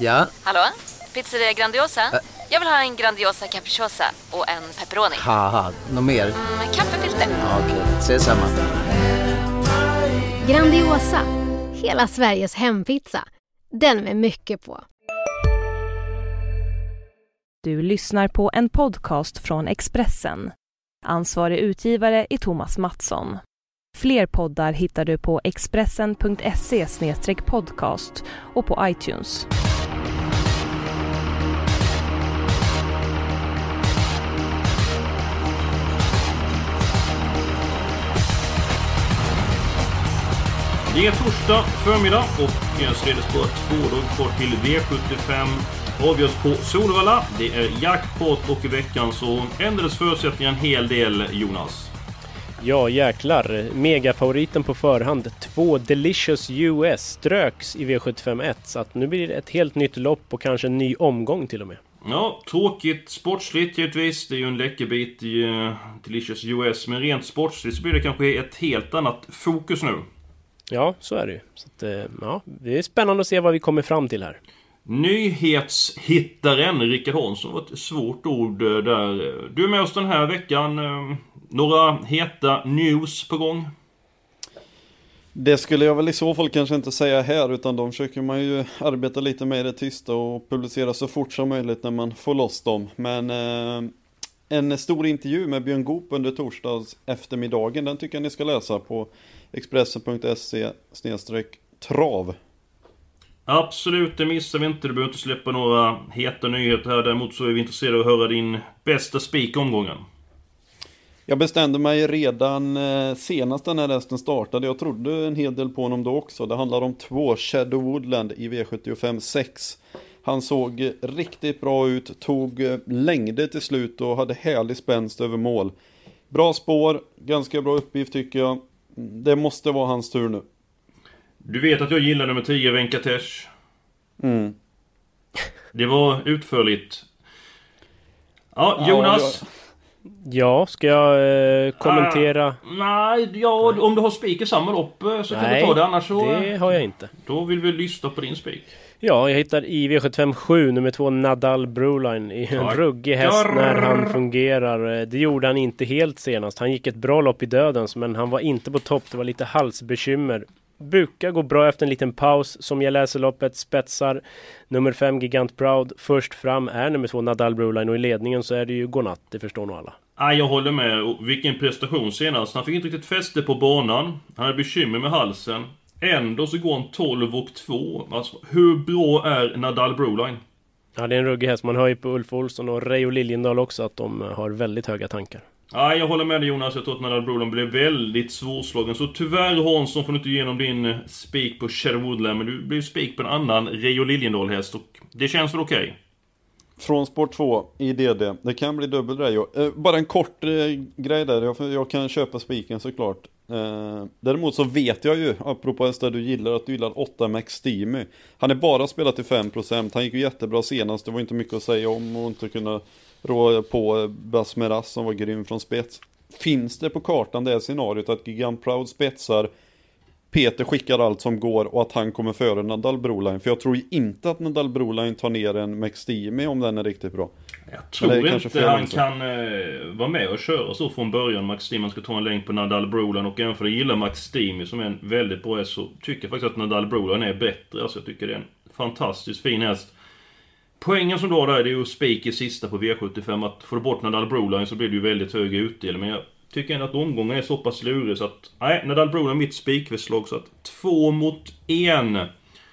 Ja? Hallå? Pizzeria Grandiosa? Jag vill ha en Grandiosa capriciosa och en pepperoni. Haha, något mer? Kaffefilter. Ja, okej, ses samma. Grandiosa, hela Sveriges hempizza. Den med mycket på. Du lyssnar på en podcast från Expressen. Ansvarig utgivare är Thomas Mattsson. Fler poddar hittar du på expressen.se/podcast och på iTunes. Det är torsdag förmiddag och så är det spår 2 dagar kvar till V75 avgörs på Solvalla. Det är jackpot och i veckan så ändrades förutsättningarna en hel del, Jonas. Ja, jäklar. Megafavoriten på förhand. 2 Delicious US ströks i V75-1. Så att nu blir det ett helt nytt lopp och kanske en ny omgång till och med. Ja, tråkigt sportsligt givetvis. Det är ju en läckerbit i Delicious US. Men rent sportsligt så blir det kanske ett helt annat fokus nu. Ja, så är det ju. Så att, ja, det är spännande att se vad vi kommer fram till här. Nyhetshittaren Rickard Hansson var ett svårt ord där. Du är med oss den här veckan. Några heta news på gång? Det skulle jag väl i så fall kanske inte säga här, utan de försöker man ju arbeta lite med det tysta och publicera så fort som möjligt när man får loss dem. Men en stor intervju med Björn Goop under torsdags eftermiddagen, den tycker jag ni ska läsa på expressen.se/trav. Absolut, det missar vi inte. Du behöver inte släppa några heta nyheter här. Däremot så är vi intresserade av att höra din bästa spik omgången. Jag bestämde mig redan senast när resten startade. Jag trodde en hel del på honom då också. Det handlar om 2 Shadow Woodland i V75 6. Han såg riktigt bra ut, tog längder till slut och hade härlig spänst över mål. Bra spår, ganska bra uppgift tycker jag. Det måste vara hans tur nu. Du vet att jag gillar nummer 10, Venkatesh. Mm. Det var utförligt. Ja, Jonas. Ja, ska jag kommentera? Nej, ja, om du har spik i samma lopp så kan du ta det, annars så... det har jag inte. Då vill vi lyssna på din spik. Ja, jag hittar i V75 nummer 2 Nadal Broline i en ruggig häst när han fungerar. Det gjorde han inte helt senast. Han gick ett bra lopp i dödens, men han var inte på topp. Det var lite halsbekymmer. Brukar gå bra efter en liten paus. Som jag läser loppet, spetsar nummer 5 Gigant Proud. Först fram är nummer 2 Nadal Broline och i ledningen så är det ju godnatt, det förstår nog alla. Jag håller med. Och vilken prestation senast. Han fick inte riktigt fäste på banan. Han hade bekymmer med halsen. Ändå så går han 12-2. Alltså, hur bra är Nadal Broline? Ja, det är en ruggig häst. Man hör ju på Ulf Olsson och Reijo Liljendahl också att de har väldigt höga tankar. Jag håller med dig, Jonas. Jag tror att Nadal Broline blev väldigt svårslagen. Så tyvärr, Hansson, får du inte igenom din spik på Shadow Woodland. Men du blev spik på en annan Reijo Liljendahl-häst. Och det känns väl okej? Från sport 2 i DD. Det kan bli dubbel Reijo. Bara en kort grej där. Jag kan köpa spiken såklart. Däremot så vet jag ju, apropå hästar du gillar, att du gillar 8 McSteamy. Han är bara spelat till 5%. Han gick ju jättebra senast. Det var inte mycket att säga om och inte kunna rå på Basmeras som var grym från spets. Finns det på kartan det scenariot att Gigant Proud spetsar, Peter skickar allt som går och att han kommer före Nadal Broline? För jag tror ju inte att Nadal Broline tar ner en McSteamy om den är riktigt bra. Jag tror inte han kan vara med och köra så från början. McSteamy ska ta en längd på Nadal Broline. Och även för att gilla McSteamy som är en väldigt bra häst, så tycker jag faktiskt att Nadal Broline är bättre. Alltså jag tycker det är en fantastiskt fin häst. Poängen som du har där, det är ju spik i sista på V75. Att får du bort Nadal Broline så blir det ju väldigt hög utdelning. Men jag tycker ändå att omgången är så pass lurig så att Nadal Broline mitt spikväslag, så att 2-1.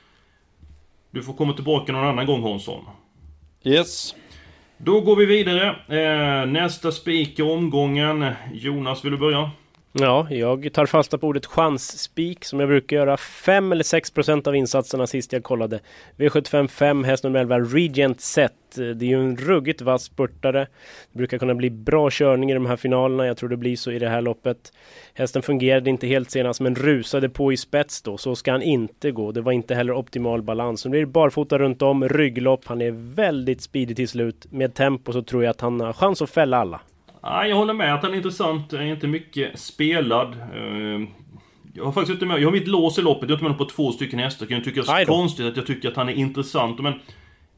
Du får komma tillbaka någon annan gång, Hansson. Yes. Då går vi vidare. Nästa spik i omgången. Jonas, vill du börja? Ja, jag tar fasta på ordet chansspik som jag brukar göra. 5 eller 6% av insatserna sist jag kollade. V75 5, häst nummer 11, Regent Set. Det är ju en ruggigt vass spurtare. Det brukar kunna bli bra körning i de här finalerna. Jag tror det blir så i det här loppet. Hästen fungerade inte helt senast men rusade på i spets då. Så ska han inte gå. Det var inte heller optimal balans. Så blir det barfota runt om, rygglopp. Han är väldigt speedig till slut. Med tempo så tror jag att han har chans att fälla alla. Jag håller med att han är intressant. Är inte mycket spelad. Jag har faktiskt inte med. Jag har mitt lås i loppet. Jag har inte med på 2 stycken hästar. Jag tycker det är konstigt att jag tycker att han är intressant. Men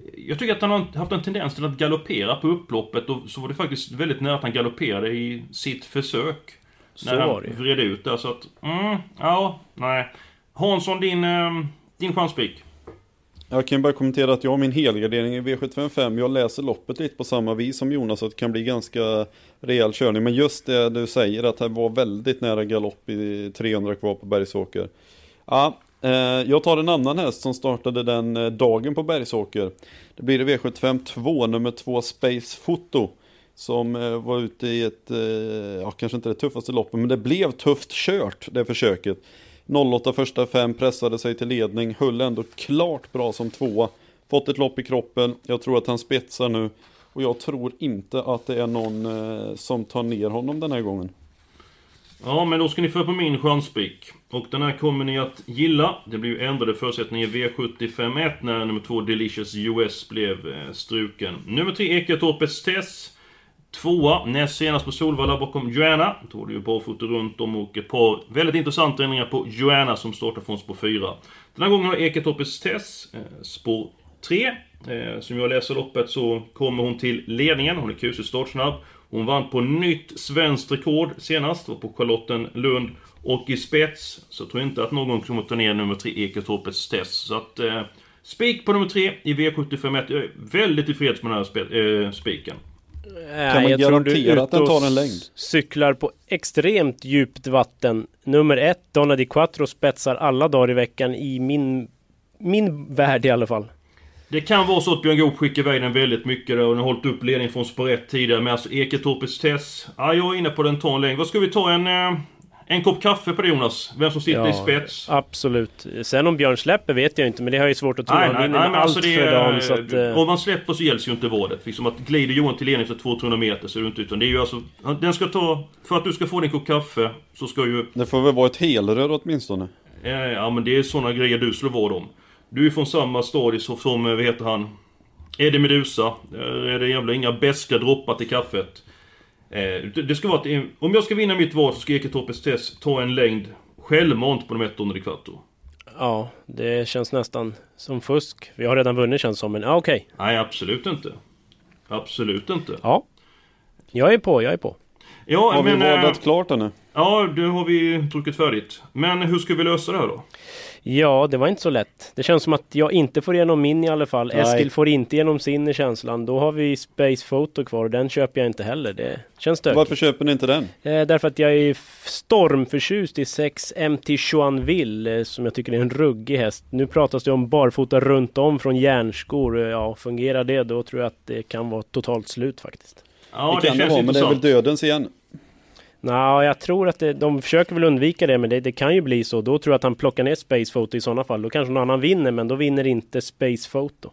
Jag tycker att han har haft en tendens till att galoppera på upploppet, och så var det faktiskt väldigt nära att han galopperade i sitt försök. Så var det. Vred ut där, så att... nej. Hansson, din chanspik. Jag kan bara kommentera att jag har min helgardering i V755. Jag läser loppet lite på samma vis som Jonas, så att det kan bli ganska rejäl körning. Men just det du säger, att det var väldigt nära galopp i 300 kvar på Bergsåker. Ja, jag tar en annan häst som startade den dagen på Bergsåker. Det blir det V75 2, nummer 2 Space Foto. Som var ute i ett, kanske inte det tuffaste loppet, men det blev tufft kört, det försöket. 08 första 5, pressade sig till ledning, höll ändå klart bra som 2. Fått ett lopp i kroppen, jag tror att han spetsar nu. Och jag tror inte att det är någon som tar ner honom den här gången. Ja, men då ska ni få på min chanspik. Och den här kommer ni att gilla. Det blir ju ändrade förutsättningar i V75-1 när nummer 2 Delicious US blev struken. Nummer 3 Eketorpets Tess. 2 näst senast på Solvalla bakom Joanna. Då var det ju barfota runt om, och ett par väldigt intressanta ändringar på Joanna som startar från spår 4. Den här gången har Eketorpets Tess spår 3. Som jag läser loppet så kommer hon till ledningen. Hon är kusig startsnabb. Hon vann på nytt svenskt rekord senast, var på Charlottenlund och i spets. Så jag tror inte att någon kommer ta ner nummer 3 Eketorpets Tess. Så att spik på nummer 3 i V75. Jag är väldigt tillfreds med den här spiken. Kan man garantera att den tar en längd? Cyklar på extremt djupt vatten. Nummer 1 Donna Di Quattro spetsar alla dagar i veckan i min värld i alla fall. Det kan vara så att Björn Goop skickar iväg den väldigt mycket där, och den har hållit upp ledningen från spår 1 tidigare. Men alltså Eketorpets Tess, jag är inne på den tar en längd. Vad ska vi ta en kopp kaffe på det, Jonas? Vem som sitter i spets? Absolut. Sen om Björn släpper vet jag inte, men det har ju svårt att tro. Han vinner med allt för dagen, så att... Om man släpper så gälls ju inte vadet. Liksom att glider Johan till ledning efter 200-300 meter så är det inte, utan det är ju alltså... Den ska ta... För att du ska få din kopp kaffe så ska ju... Det får väl vara ett helrör åtminstone. Ja, men det är sådana grejer du slår vad om. Du är från samma stadie som, vad heter han? Eddie Medusa. Är det jävla inga bäska droppar till kaffet. Det ska vara att om jag ska vinna mitt val så ska Eketorpets Tess ta en längd självmant på de 100 kvartor. Ja, det känns nästan som fusk. Vi har redan vunnit, känns som, men okej. Nej, absolut inte. Absolut inte. Ja, jag är på. Ja, har vi vadat klart nu? Ja, det har vi druckit färdigt. Men hur ska vi lösa det här då? Ja, det var inte så lätt. Det känns som att jag inte får igenom min i alla fall. Nej. Eskil får inte igenom sin i känslan. Då har vi Space Photo kvar, och den köper jag inte heller. Det känns stökigt. Varför köper ni inte den? Därför att jag är stormförtjust i 6 MT Joanville, som jag tycker är en ruggig häst. Nu pratas det om barfota runt om från järnskor. Ja, fungerar det, då tror jag att det kan vara totalt slut faktiskt. Ja, det kan det vara, men det är väl dödens igen. Nej, jag tror att de försöker väl undvika det, men det kan ju bli så. Då tror jag att han plockar ner Space Photo i sådana fall. Då kanske någon annan vinner, men då vinner inte Space Photo.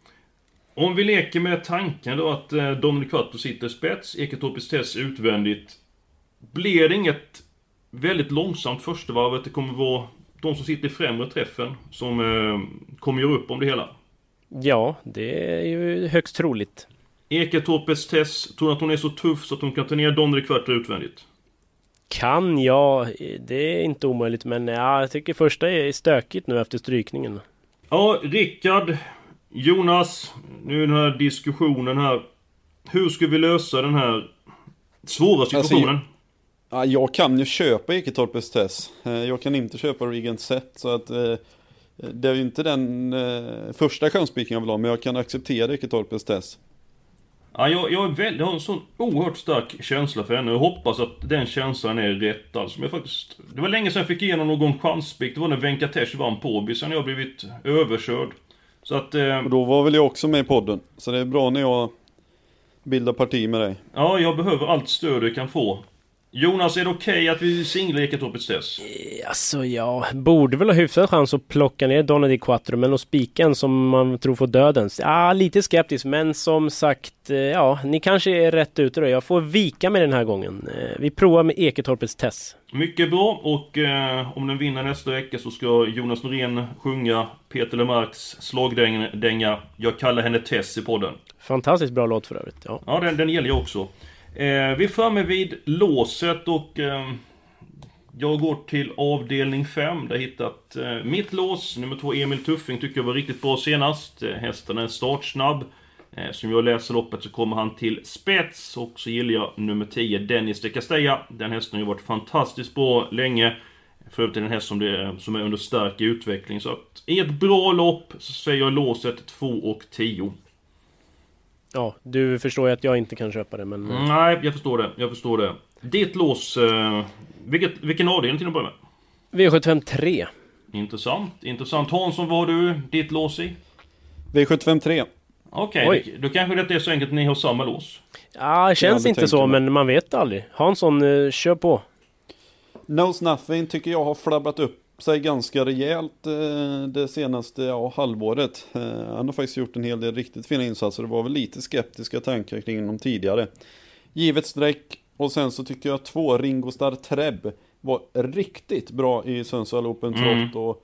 Om vi leker med tanken då att Donna Di Quattro sitter spets, Eketorpets Tess utvändigt. Blir det inget väldigt långsamt första varvet? Det kommer vara de som sitter i främre träffen som kommer göra upp om det hela. Ja, det är ju högst troligt. Eketorpets Tess, tror att hon är så tuff så att hon kan ta ner Donna Di Quattro utvändigt? Kan jag, det är inte omöjligt, men jag tycker första är stökigt nu efter strykningen. Ja, Rickard, Jonas, nu den här diskussionen här. Hur ska vi lösa den här svåra situationen? Alltså, jag kan ju köpa Eketorpets Tess. Jag kan inte köpa Regent Set, så att det är ju inte den första chanspiken jag vill ha, men jag kan acceptera Eketorpets Tess. Ja, jag har en sån oerhört stark känsla för henne. Jag hoppas att den känslan är rätt. Alltså, det var länge sedan jag fick igenom någon chanspik. Det var när Venkatesh vann Påby. Sen har jag blivit överkörd. Så att, och då var väl jag också med i podden. Så det är bra när jag bildar parti med dig. Ja, jag behöver allt stöd jag kan få. Jonas, är det okej att vi singlar Eketorpets Tess? Alltså jag borde väl ha hyfsad chans att plocka ner Donna Di Quattro, men att spiken som man tror får dödens. Ja, lite skeptisk, men som sagt, ja, ni kanske är rätt ute då. Jag får vika med den här gången. Vi provar med Eketorpets Tess. Mycket bra, och om den vinner nästa vecka så ska Jonas Norén sjunga Peter Lemarks slagdänga Jag kallar henne Tess i podden. Fantastiskt bra låt för övrigt. Ja, den gäller jag också. Vi är framme vid låset, och Jag går till avdelning 5. Där hittat mitt lås. Nummer 2 Emil Tuffing tycker jag var riktigt bra senast. Hästen är startsnabb. Som jag läser loppet så kommer han till spets. Och så gillar jag nummer 10 Dennis de Castella. Den hästen har ju varit fantastiskt bra länge. Förut är den häst som är under stark utveckling. Så att i ett bra lopp så säger jag låset 2 och 10. Ja, du förstår ju att jag inte kan köpa det, men... Nej, jag förstår det. Ditt lås... vilken avdelning till att börja med? V75 3. Intressant. Hansson, vad har du ditt lås i? V75 3. Okej, då kanske det är så enkelt att ni har samma lås. Ja, känns inte så, men man vet aldrig. Hansson, kör på. Knows Nothing tycker jag har flabbat upp sig ganska rejält det senaste halvåret. Han har faktiskt gjort en hel del riktigt fina insatser. Det var väl lite skeptiska tankar kring dem tidigare. Givet streck. Och sen så tycker jag 2 Ringo Starr Treb var riktigt bra i Sundsvall Open Trot. Och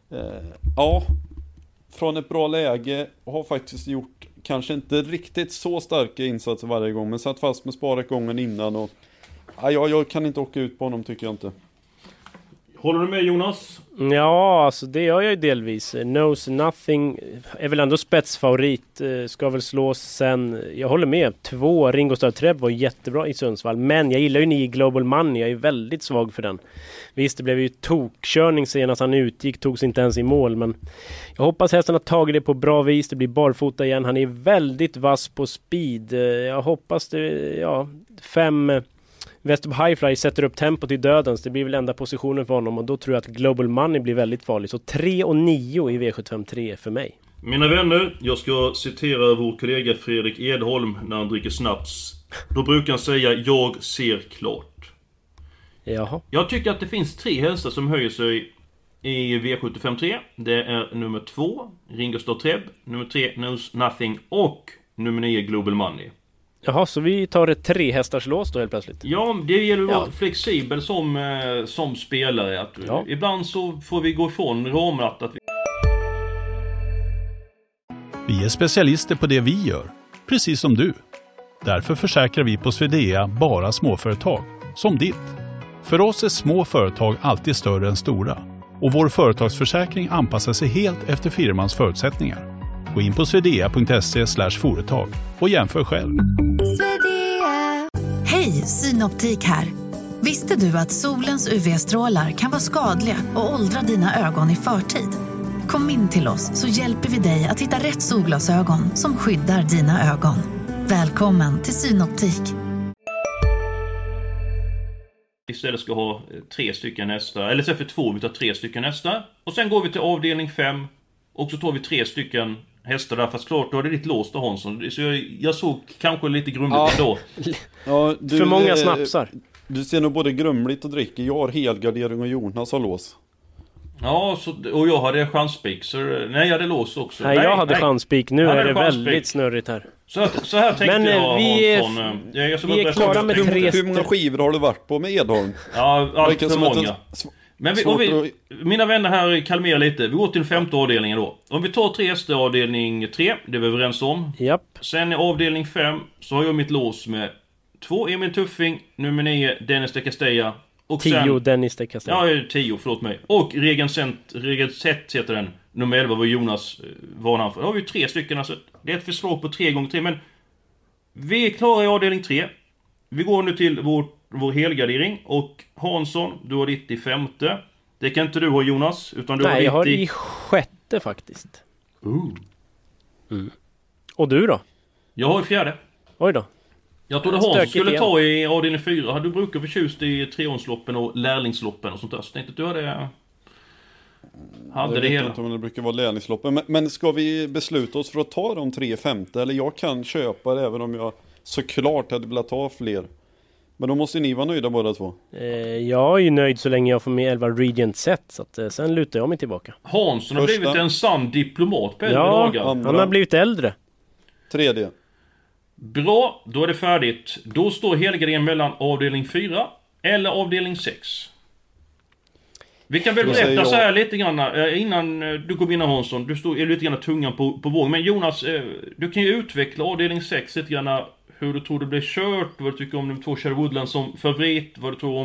från ett bra läge och har faktiskt gjort kanske inte riktigt så starka insatser varje gång, men satt fast med sparat gången innan och jag kan inte åka ut på honom, tycker jag inte. Håller du med, Jonas? Ja, alltså det gör jag ju delvis. Knows Nothing är väl ändå spetsfavorit. Ska väl slås sen. Jag håller med. 2 Ringo Starr Treb var jättebra i Sundsvall. Men jag gillar ju 9 Global Money. Jag är väldigt svag för den. Visst, det blev ju tokkörning senast han utgick. Togs inte ens i mål. Men jag hoppas hästen har tagit det på bra vis. Det blir barfota igen. Han är väldigt vass på speed. Jag hoppas det, 5... Westup Highfly sätter upp tempot i dödens. Det blir väl enda positionen för honom. Och då tror jag att Global Money blir väldigt farlig. Så 3 och 9 i V75 för mig. Mina vänner, jag ska citera vår kollega Fredrik Edholm när han dricker snaps. Då brukar han säga, jag ser klart. Jaha. Jag tycker att det finns 3 hästar som höjer sig i V75 3. Det är nummer 2 Ringo Starr Treb, nummer 3 Knows Nothing och nummer 9 Global Money. Jaha, så vi tar ett 3-hästarslås då helt plötsligt? Ja, det gäller att vara flexibel som spelare. Att ibland så får vi gå ifrån ramat. Vi är specialister på det vi gör, precis som du. Därför försäkrar vi på Swedea bara småföretag, som ditt. För oss är små företag alltid större än stora. Och vår företagsförsäkring anpassar sig helt efter firmans förutsättningar. Gå in på swedea.se/företag och jämför själv. Hej, Synoptik här. Visste du att solens UV-strålar kan vara skadliga och åldra dina ögon i förtid? Kom in till oss så hjälper vi dig att hitta rätt solglasögon som skyddar dina ögon. Välkommen till Synoptik. Istället ska ha 3 stycken hästar. Eller så för 2 vi tar 3 stycken hästar. Och sen går vi till avdelning 5. Och så tar vi 3 stycken hästar där. Fast klart, då är det lite låst av Hansson. Så jag såg kanske lite grumligt då. Ja, för många snapsar. Du ser nog både grumligt och dricker. Jag har helgardering och Jonas har lås. Ja, och jag hade chanspik. Så nej, jag hade lås också. Nej, jag hade chanspik. Nu är det väldigt snurrigt här. Så här tänkte men, jag, Hansson. Vi är klara med 3. Hur många skivor har du varit på med Edholm? Ja, allt för många. Men mina vänner här kalmerar lite. Vi går till 5:e avdelningen då. Om vi tar 3 hästar avdelning 3, det är vi överens om. Japp. Sen i avdelning 5 så har jag mitt lås med 2 Emil Tuffing, nummer 9 Dennis de Castella och 10 Dennis de Castella. Ja, 10, förlåt mig. Och Regensett heter den. Nummer 11 var Jonas varnade för. Då har vi 3 stycken, alltså. Det är ett förslag på 3x3, men vi är klara i avdelning 3. Vi går nu till vår helgardering. Och Hansson, du har ditt i 5:e. Det kan inte du ha, Jonas, utan du har ditt jag har i 6:e faktiskt. Och du då? Jag har i 4:e. Oj då. Jag trodde Hansson skulle ta i avdelning 4. Du brukar förtjust i treårsloppen och lärlingsloppen och sånt där. Så tänkte att du hade det hela. Inte om det brukar vara lärlingsloppen. Men ska vi besluta oss för att ta de 3 5:e? Eller jag kan köpa det även om jag såklart hade velat ta fler. Men då måste ni vara nöjda båda 2. Jag är ju nöjd så länge jag får med 11 Regent Set. Så att, sen lutar jag mig tillbaka. Hansson har blivit en sann diplomat på äldre dagar. Han har blivit äldre. 3:e. Bra, då är det färdigt. Då står helgarderingen mellan avdelning 4 eller avdelning 6. Vi kan väl berätta så här lite grann innan du kom in, Hansson. Du stod lite grann tungan på våg. Men Jonas, du kan ju utveckla avdelning 6 lite grann. Hur du tror det blir kört, vad du tycker om de 2 Sherwoodland som favorit, vad du tror om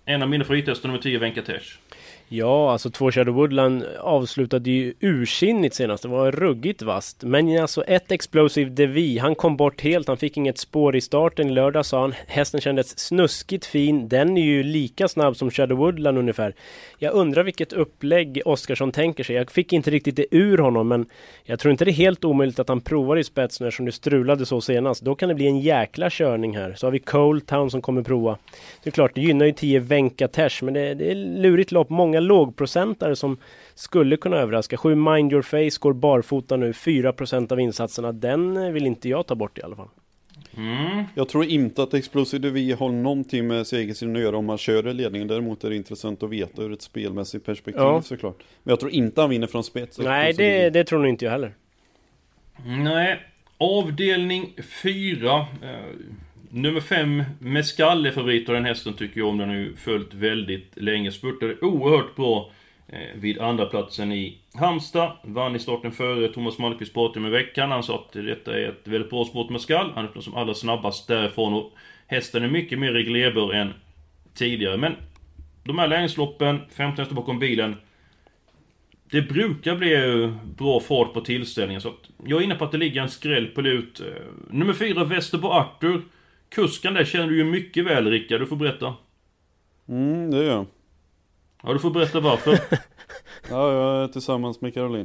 En av mina favorithästar nummer 10, Venkatesh. Ja, alltså 2 Shadow Woodland avslutade ju ursinnigt senast. Det var ruggigt vast. Men alltså ett Explosive Devi, han kom bort helt. Han fick inget spår i starten i lördag, sa han. Hästen kändes snuskigt fin. Den är ju lika snabb som Shadow Woodland ungefär. Jag undrar vilket upplägg Oskarsson tänker sig. Jag fick inte riktigt det ur honom, men jag tror inte det är helt omöjligt att han provar i spets när som det strulade så senast. Då kan det bli en jäkla körning här. Så har vi Cold Town som kommer prova. Det är klart, det gynnar ju 10 Venkatesh, men det är lurigt lopp. Många lågprocentare som skulle kunna överraska. 7 Mind Your Face går barfota nu, 4% av insatserna. Den vill inte jag ta bort i alla fall. Jag tror inte att Explosive Devi har någonting med segersinnen att göra om man kör i ledningen. Däremot är det intressant att veta ur ett spelmässigt perspektiv såklart. Men jag tror inte han vinner från spets. Nej, det tror nog inte jag heller. Nej, avdelning 4. Nummer 5, Mescal är favorit av den hästen tycker jag om. Den har ju följt väldigt länge. Spurtade oerhört bra vid andra platsen i Halmstad. Vann i starten före Thomas Malmqvist pratade med veckan. Han sa att detta är ett väldigt bra sport med Mescal. Han är som allra snabbast därifrån och hästen är mycket mer reglerbar än tidigare. Men de här längdsloppen, 15 hästar bakom bilen, det brukar bli bra fart på tillställningen. Så att jag är inne på att det ligger en skräll på lut. Nummer 4, Västerbo Arthur. Kuskan där känner du ju mycket väl, Rickard. Du får berätta. Det gör jag. Ja, du får berätta varför. Ja, jag är tillsammans med Caroline.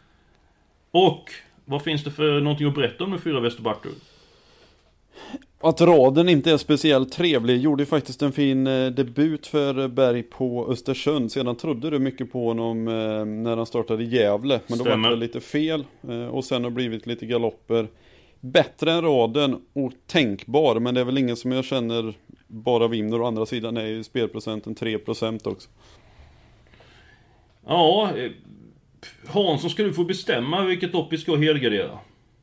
Och vad finns det för någonting att berätta om nummer 4, Västerbo Arthur? Att raden inte är speciellt trevlig. Gjorde ju faktiskt en fin debut för Berg på Östersund. Sedan trodde du mycket på honom när han startade i Gävle. Men då var det lite fel. Och sen har det blivit lite galopper. Bättre än raden och tänkbar. Men det är väl ingen som jag känner bara vinner. Och andra sidan är ju spelprocenten 3% också. Ja, Hansson, ska du få bestämma vilket lopp vi ska helgardera?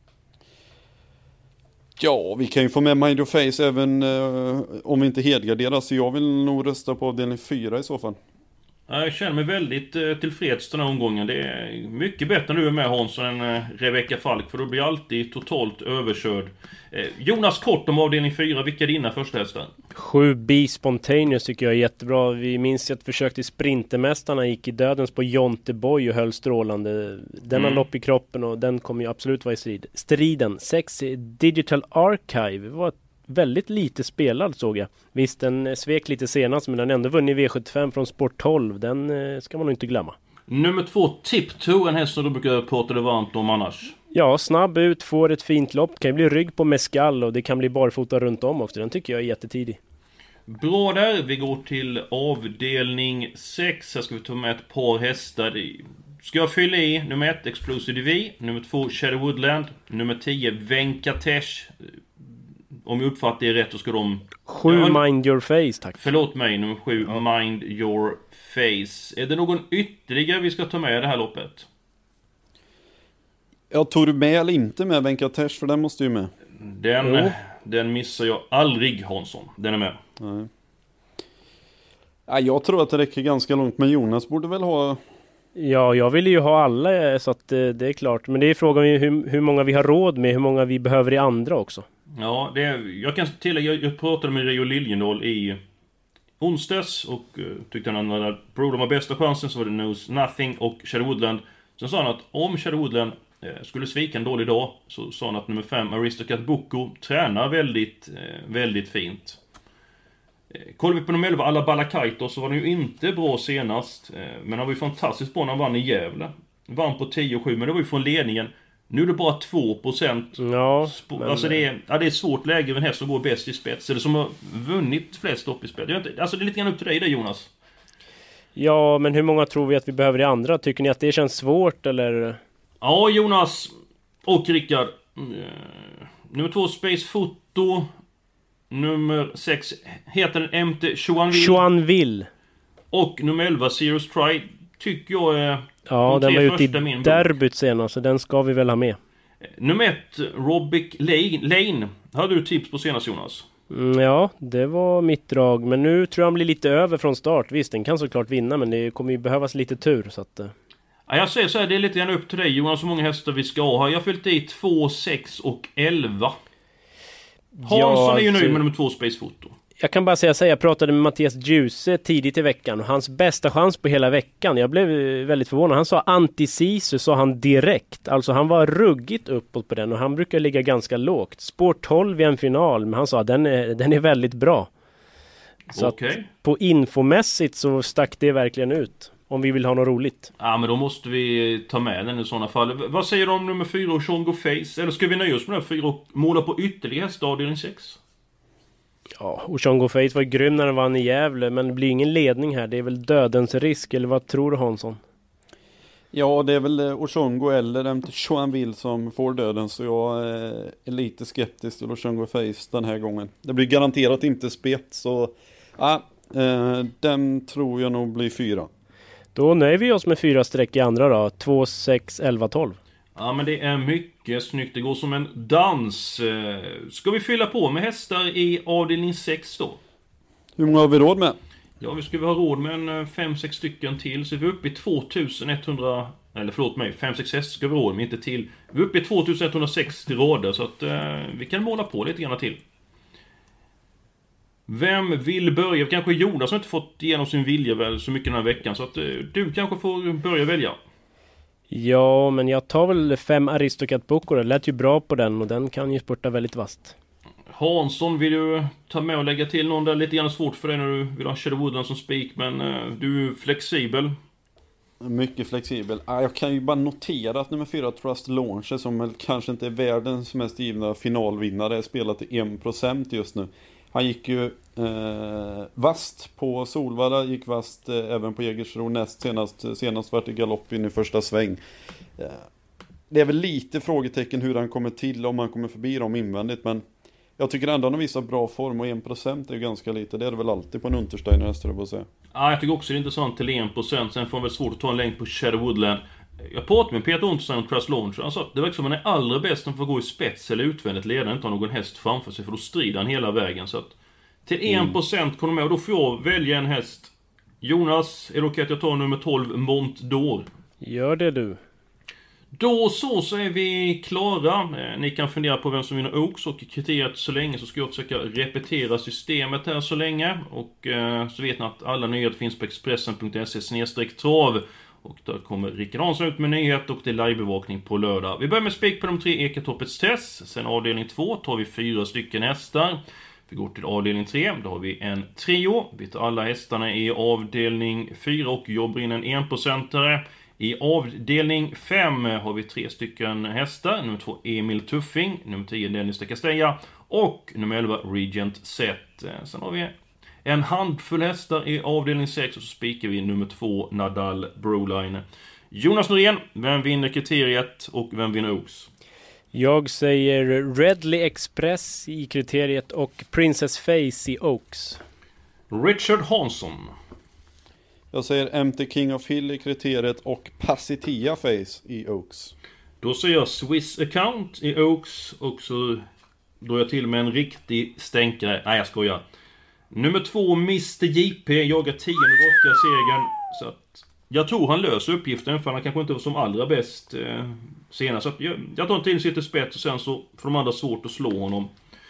Ja, vi kan ju få med Mind Your Face även om vi inte helgarderar. Så jag vill nog rösta på avdelning 4 i så fall. Jag känner mig väldigt tillfreds den här omgången. Det är mycket bättre nu med Hansson än Rebecca Falk. För då blir alltid totalt överkörd. Jonas, kort om avdelning 4. Vilka är dina första hästar? 7 Be Spontaneous tycker jag är jättebra. Vi minns ett försök till Sprintermästarna. Gick i dödens på Jonteboy och höll strålande. Den har lopp i kroppen och den kommer ju absolut vara i striden. 6 Digital Archive var väldigt lite spelad såg jag. Visst, den svek lite senast men den ändå vunnit V75 från Sport 12. Den ska man nog inte glömma. Nummer 2, Tiptoe, en häst som du brukar prata det varmt om annars. Ja, snabb ut, får ett fint lopp. Kan ju bli rygg på Mescal och det kan bli barfota runt om också. Den tycker jag är jättetidig. Bra där, vi går till avdelning 6. Här ska vi ta med ett par hästar. Ska jag fylla i nummer 1, Explosive Devi. Nummer 2, Shadow Woodland. Nummer 10, Venkatesh. Om jag uppfattar det rätt så ska de... 7 Mind Your Face, tack. Förlåt mig, nummer 7, Mind Your Face. Är det någon ytterligare vi ska ta med i det här loppet? Jag tog du med eller inte med Venkatesh, för den måste ju med. Den missar jag aldrig, Hansson. Den är med. Nej. Ja, jag tror att det räcker ganska långt, men Jonas borde väl ha... Ja, jag vill ju ha alla så att det är klart. Men det är frågan hur många vi har råd med, hur många vi behöver i andra också. Ja, jag kan tillägga, jag pratade med Rio Liljendahl i onsdags och tyckte han när Broden var bästa chansen så var det Knows Nothing och Shadow Woodland. Sen sa han att om Shadow Woodland skulle svika en dålig dag så sa han att nummer 5 Aristocrat Boko tränar väldigt, väldigt fint. Kollar vi på nummer 11 Alla Balakaito så var det ju inte bra senast, men han var ju fantastiskt bra när han vann i Gävle. Vann på 10-7, men det var ju från ledningen. Nu är det bara 2%. Ja, alltså det är ett svårt läge med en häst som går bäst i spets. Eller som har vunnit flest lopp i spets. Alltså det är lite grann upp till dig där, Jonas. Ja, men hur många tror vi att vi behöver i andra? Tycker ni att det känns svårt eller? Ja, Jonas och Rickard. Nummer 2 Space Foto. Nummer 6 heter den MT Joanville. Och nummer 11 Serious Try tycker jag är... Ja, den var ute i derbyt senast, så den ska vi väl ha med. Nummer 1, Robic Lane. Hade du tips på senast, Jonas? Ja, det var mitt drag. Men nu tror jag han blir lite över från start. Visst, den kan såklart vinna, men det kommer ju behövas lite tur. Så att... Ja, jag säger så här, det är lite grann upp till dig, Jonas, hur många hästar vi ska ha. Jag har fyllt i 2, 6 och 11. Hansson är ju nöjd med nummer 2 Space Foto. Jag kan bara säga jag pratade med Mattias Djuse tidigt i veckan och hans bästa chans på hela veckan. Jag blev väldigt förvånad. Han sa anti-Sisu, sa han direkt. Alltså han var ruggigt uppåt på den och han brukar ligga ganska lågt. Spår 12 i en final, men han sa att den är väldigt bra. Så att på infomässigt så stack det verkligen ut. Om vi vill ha något roligt. Ja, men då måste vi ta med den i sådana fall. Vad säger du om nummer 4 och Chongo Face? Eller ska vi nöja oss med den 4 och måla på ytterligare häst avdelning 6? Ja, och Chongo Face var grym när den vann i Gävle. Men det blir ingen ledning här. Det är väl dödens risk. Eller vad tror du, Hansson? Ja, det är väl Ochongo eller MT Joinville som får döden. Så jag är lite skeptisk till Ochongo Face den här gången. Det blir garanterat inte spet. Så den tror jag nog blir 4. Då nöjer vi oss med 4 streck i andra då. 2, 6, 11, 12. Ja, men det är mycket snyggt. Det går som en dans. Ska vi fylla på med hästar i avdelning 6 då? Hur många har vi råd med? Ja, vi skulle ha råd med en 5-6 stycken till. Så vi är uppe i 2100... Eller förlåt mig, 5-6 hästar ska vi råd med, inte till. Vi är uppe i 2160 råder. Så att vi kan måla på lite grann till. Vem vill börja? Kanske Jonas har inte fått igenom sin vilja väl så mycket den här veckan. Så att du kanske får börja välja. Ja, men jag tar väl 5 Aristocat Boko. Det lät ju bra på den och den kan ju spurta väldigt vast. Hansson, vill du ta med och lägga till någon där? Lite grann svårt för dig när du vill ha Shadow Woodland som spik, men du är flexibel. Mycket flexibel. Jag kan ju bara notera att nummer 4 Trust Launcher, som kanske inte är världens mest givna finalvinnare, är spelat till 1% just nu. Han gick ju vast på Solvalla, gick vast även på Jägersro näst senast vart i galopp in i första sväng. Det är väl lite frågetecken hur han kommer till, om han kommer förbi dem invändigt, men jag tycker ändå att han visar bra form och 1% är ju ganska lite. Det är det väl alltid på en Untersteiner häst, jag säga. Ja, jag tycker också det är intressant till 1%. Sen får han väl svårt att ta en längd på Shadow Woodland. Jag pratade med Peter Untersteiner och Trust Launcher. Han sa att det verkar som att han är allra bäst om får gå i spets eller utvändigt ledare, inte ha någon häst framför sig, för då strider han hela vägen. Så att till 1% kommer med, och då får jag välja en häst. Jonas, är det okej att jag tar nummer 12 Mont d'Or? Gör det du. Då så är vi klara. Ni kan fundera på vem som vinner Oaks och kriteriet så länge, så ska jag försöka repetera systemet här så länge. Och så vet ni att alla nyheter finns på expressen.se/trav. Och där kommer Rickard Hansson ut med nyhet och det är livebevakning på lördag. Vi börjar med spik på de 3 Ekatoppets test. Sen avdelning 2 tar vi 4 stycken hästar. Vi går till avdelning 3, då har vi en trio. Vi tar alla hästarna i avdelning 4 och jobbar in en 1%are. I avdelning 5 har vi 3 stycken hästar. Nummer 2 Emil Tuffing, nummer 10 Dennis de Castella och nummer 11 Regent Set. Sen har vi en handfull hästar i avdelning 6 och så spikar vi nummer 2 Nadal Broline. Jonas Norén, vem vinner kriteriet och vem vinner Oaks? Jag säger Redley Express i kriteriet och Princess Face i Oaks. Richard Hansson. Jag säger MT King of Hill i kriteriet och Passitia Face i Oaks. Då säger jag Swiss Account i Oaks och så då jag till med en riktig stänkare. Nej, jag skojar. Nummer 2 Mr. JP jagar 10 raka segern, så att jag tror han löser uppgiften, för han kanske inte var som allra bäst senast. Så att jag tar en till sitter spets och sen så får de andra svårt att slå honom.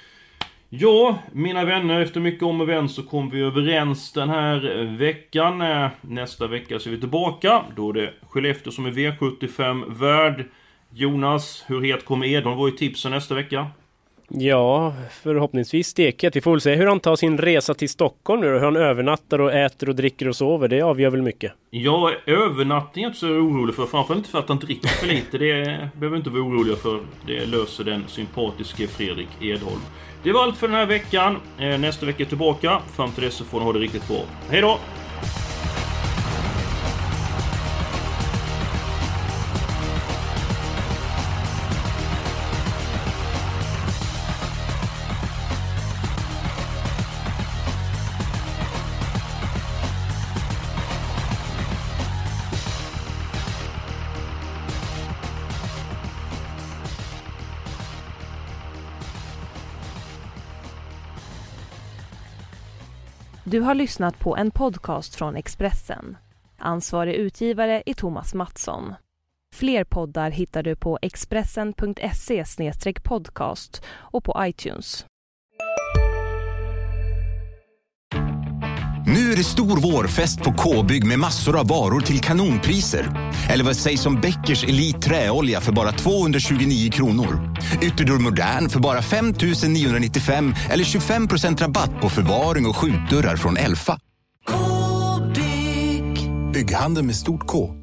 Ja, mina vänner, efter mycket om och vän så kom vi överens den här veckan. Nästa vecka så är vi tillbaka. Då är det Skellefteå som är V75 värd. Jonas, hur het kommer Edholm vara i tipsen nästa vecka? Ja, förhoppningsvis steket. Vi får väl se hur han tar sin resa till Stockholm nu. Hur han övernattar och äter och dricker och sover. Det avgör väl mycket. Ja, övernattning är inte så orolig för. Framförallt inte för att han dricker för lite. Det behöver inte vara oroliga för. Det löser den sympatiske Fredrik Edholm. Det var allt för den här veckan. Nästa vecka är tillbaka. Fram till dess så får ni ha det riktigt bra. Hej då! Du har lyssnat på en podcast från Expressen. Ansvarig utgivare är Thomas Mattsson. Fler poddar hittar du på expressen.se/podcast och på iTunes. Nu är det stor vårfest på K-bygg med massor av varor till kanonpriser. Eller vad sägs om Bäckers Elite träolja för bara 229 kronor. Ytterdörr Modern för bara 5 995 eller 25% rabatt på förvaring och skjutdörrar från Elfa. K-bygg. Bygghandel med stort K.